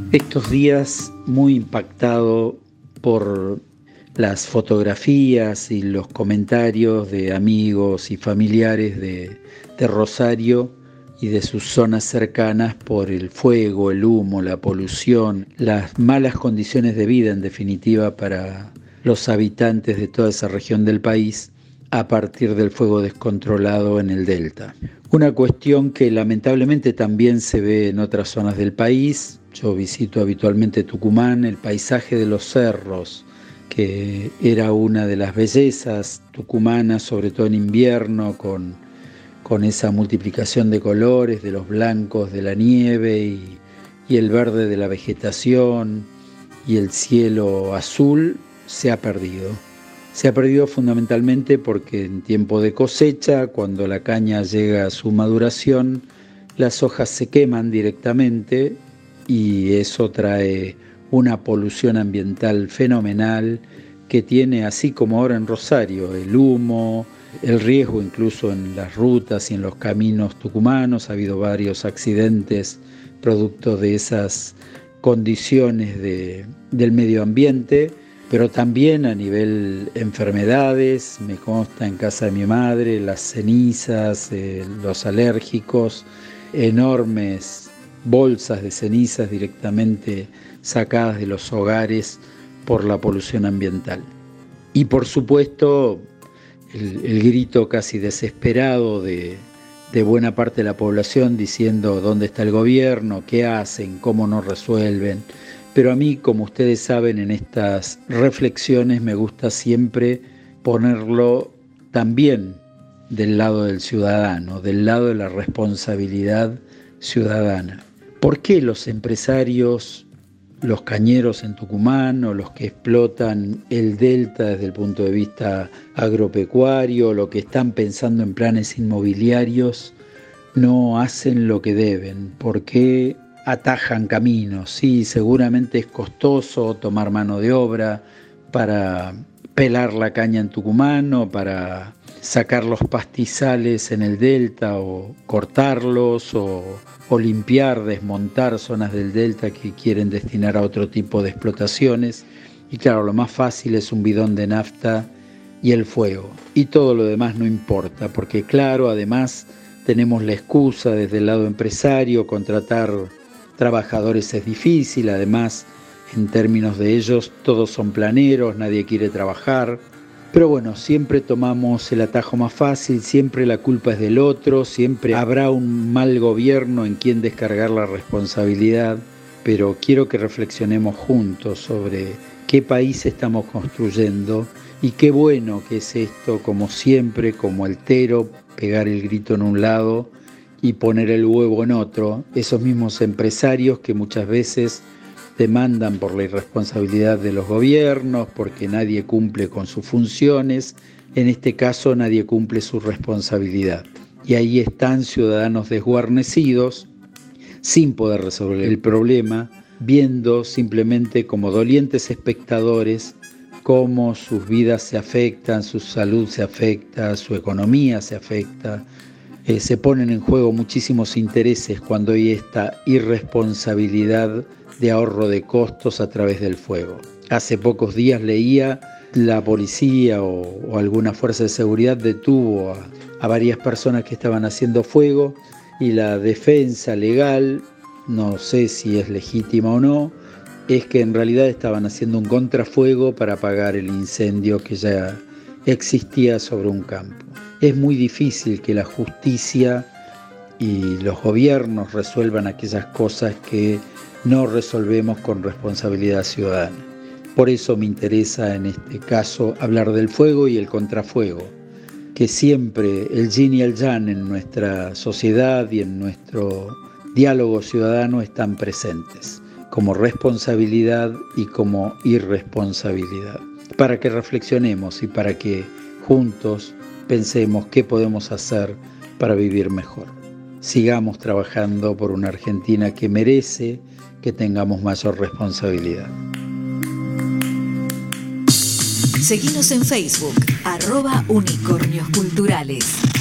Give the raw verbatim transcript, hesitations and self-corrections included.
Estos días muy impactado por las fotografías y los comentarios de amigos y familiares de, de Rosario y de sus zonas cercanas por el fuego, el humo, la polución, las malas condiciones de vida en definitiva para los habitantes de toda esa región del país a partir del fuego descontrolado en el delta. Una cuestión que lamentablemente también se ve en otras zonas del país. Yo visito habitualmente Tucumán, el paisaje de los cerros, que era una de las bellezas tucumanas, sobre todo en invierno, con, con esa multiplicación de colores, de los blancos de la nieve y, y el verde de la vegetación y el cielo azul, se ha perdido. Se ha perdido fundamentalmente porque en tiempo de cosecha, cuando la caña llega a su maduración, las hojas se queman directamente y eso trae una polución ambiental fenomenal que tiene, así como ahora en Rosario, el humo, el riesgo incluso en las rutas y en los caminos tucumanos. Ha habido varios accidentes producto de esas condiciones de, del medio ambiente, pero también a nivel enfermedades. Me consta en casa de mi madre, las cenizas, eh, los alérgicos, enormes bolsas de cenizas directamente sacadas de los hogares por la polución ambiental. Y por supuesto el, el grito casi desesperado de, de buena parte de la población diciendo dónde está el gobierno, qué hacen, cómo no resuelven. Pero a mí, como ustedes saben, en estas reflexiones me gusta siempre ponerlo también del lado del ciudadano, del lado de la responsabilidad ciudadana. ¿Por qué los empresarios, los cañeros en Tucumán o los que explotan el delta desde el punto de vista agropecuario, lo que están pensando en planes inmobiliarios, no hacen lo que deben? ¿Por qué atajan caminos? Sí, seguramente es costoso tomar mano de obra para pelar la caña en Tucumán o para sacar los pastizales en el delta o cortarlos o, o limpiar, desmontar zonas del delta que quieren destinar a otro tipo de explotaciones. Y claro, lo más fácil es un bidón de nafta y el fuego. Y todo lo demás no importa, porque claro, además tenemos la excusa desde el lado empresario, contratar trabajadores es difícil, además en términos de ellos todos son planeros, nadie quiere trabajar. Pero bueno, siempre tomamos el atajo más fácil, siempre la culpa es del otro, siempre habrá un mal gobierno en quien descargar la responsabilidad, pero quiero que reflexionemos juntos sobre qué país estamos construyendo y qué bueno que es esto, como siempre, como altero, pegar el grito en un lado y poner el huevo en otro. Esos mismos empresarios que muchas veces demandan por la irresponsabilidad de los gobiernos, porque nadie cumple con sus funciones. En este caso nadie cumple su responsabilidad. Y ahí están ciudadanos desguarnecidos, sin poder resolver el problema, viendo simplemente como dolientes espectadores cómo sus vidas se afectan, su salud se afecta, su economía se afecta. Eh, se ponen en juego muchísimos intereses cuando hay esta irresponsabilidad de ahorro de costos a través del fuego. Hace pocos días leía la policía o, o alguna fuerza de seguridad detuvo a, a varias personas que estaban haciendo fuego y la defensa legal, no sé si es legítima o no, es que en realidad estaban haciendo un contrafuego para apagar el incendio que ya existía sobre un campo. Es muy difícil que la justicia y los gobiernos resuelvan aquellas cosas que no resolvemos con responsabilidad ciudadana. Por eso me interesa en este caso hablar del fuego y el contrafuego, que siempre el yin y el yang en nuestra sociedad y en nuestro diálogo ciudadano están presentes, como responsabilidad y como irresponsabilidad. Para que reflexionemos y para que juntos pensemos qué podemos hacer para vivir mejor. Sigamos trabajando por una Argentina que merece que tengamos mayor responsabilidad. Seguinos en Facebook, arroba Unicornios Culturales.